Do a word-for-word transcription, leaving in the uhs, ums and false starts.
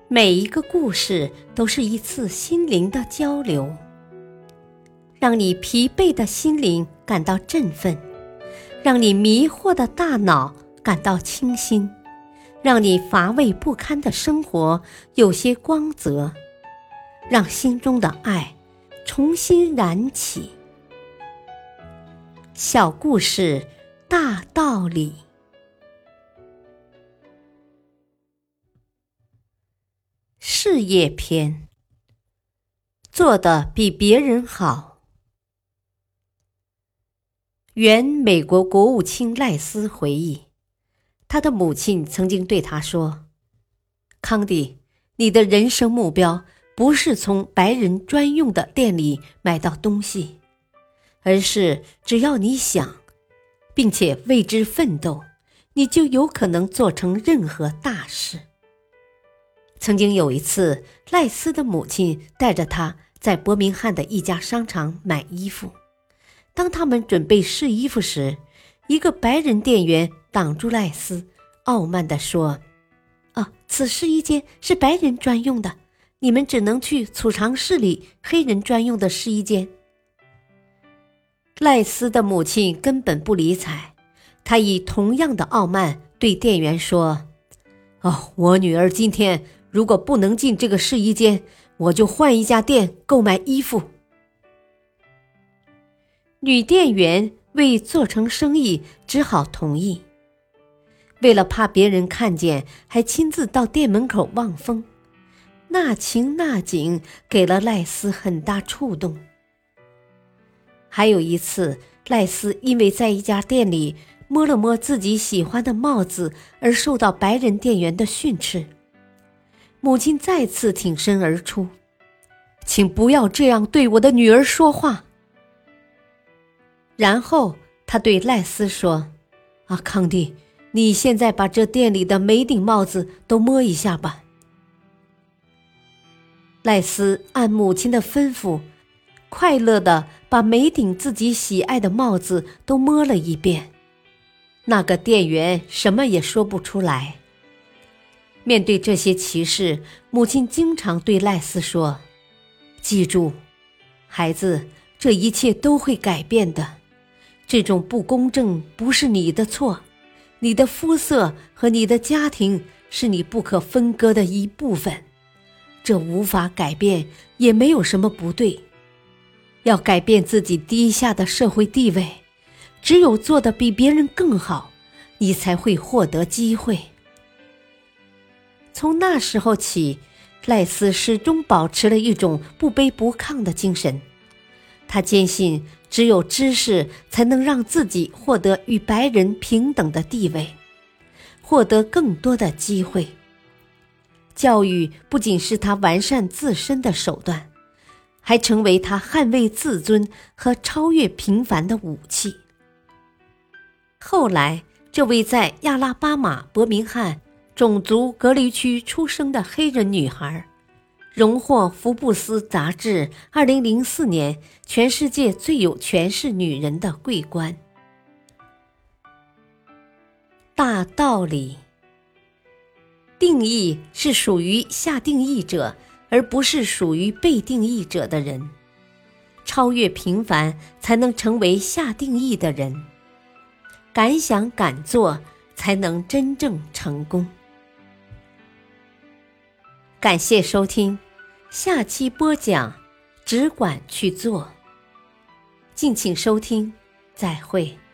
每一个故事都是一次心灵的交流，让你疲惫的心灵感到振奋，让你迷惑的大脑感到清新，让你乏味不堪的生活有些光泽，让心中的爱重新燃起。小故事，大道理。事业篇，做得比别人好。原美国国务卿赖斯回忆，他的母亲曾经对他说：康迪，你的人生目标不是从白人专用的店里买到东西，而是只要你想，并且为之奋斗，你就有可能做成任何大事。曾经有一次，赖斯的母亲带着他在伯明翰的一家商场买衣服。当他们准备试衣服时，一个白人店员挡住赖斯，傲慢地说：啊，此试衣间是白人专用的，你们只能去储藏室里黑人专用的试衣间。赖斯的母亲根本不理睬，她以同样的傲慢对店员说：哦，我女儿今天如果不能进这个试衣间，我就换一家店购买衣服。女店员为做成生意，只好同意。为了怕别人看见，还亲自到店门口望风，那情那景给了赖斯很大触动。还有一次，赖斯因为在一家店里摸了摸自己喜欢的帽子而受到白人店员的训斥，母亲再次挺身而出：请不要这样对我的女儿说话。然后他对赖斯说：啊，康蒂，你现在把这店里的每顶帽子都摸一下吧。赖斯按母亲的吩咐，快乐地把每顶自己喜爱的帽子都摸了一遍。那个店员什么也说不出来。面对这些歧视，母亲经常对赖斯说：记住，孩子，这一切都会改变的。这种不公正不是你的错，你的肤色和你的家庭是你不可分割的一部分，这无法改变，也没有什么不对。要改变自己低下的社会地位，只有做得比别人更好，你才会获得机会。从那时候起，赖斯始终保持了一种不卑不亢的精神。他坚信，只有知识才能让自己获得与白人平等的地位，获得更多的机会。教育不仅是他完善自身的手段，还成为他捍卫自尊和超越平凡的武器。后来，这位在亚拉巴马伯明翰种族隔离区出生的黑人女孩，荣获福布斯杂志二零零四年全世界最有权势女人的桂冠。大道理，定义是属于下定义者，而不是属于被定义者的人。超越平凡，才能成为下定义的人。敢想敢做，才能真正成功。感谢收听，下期播讲，只管去做。敬请收听，再会。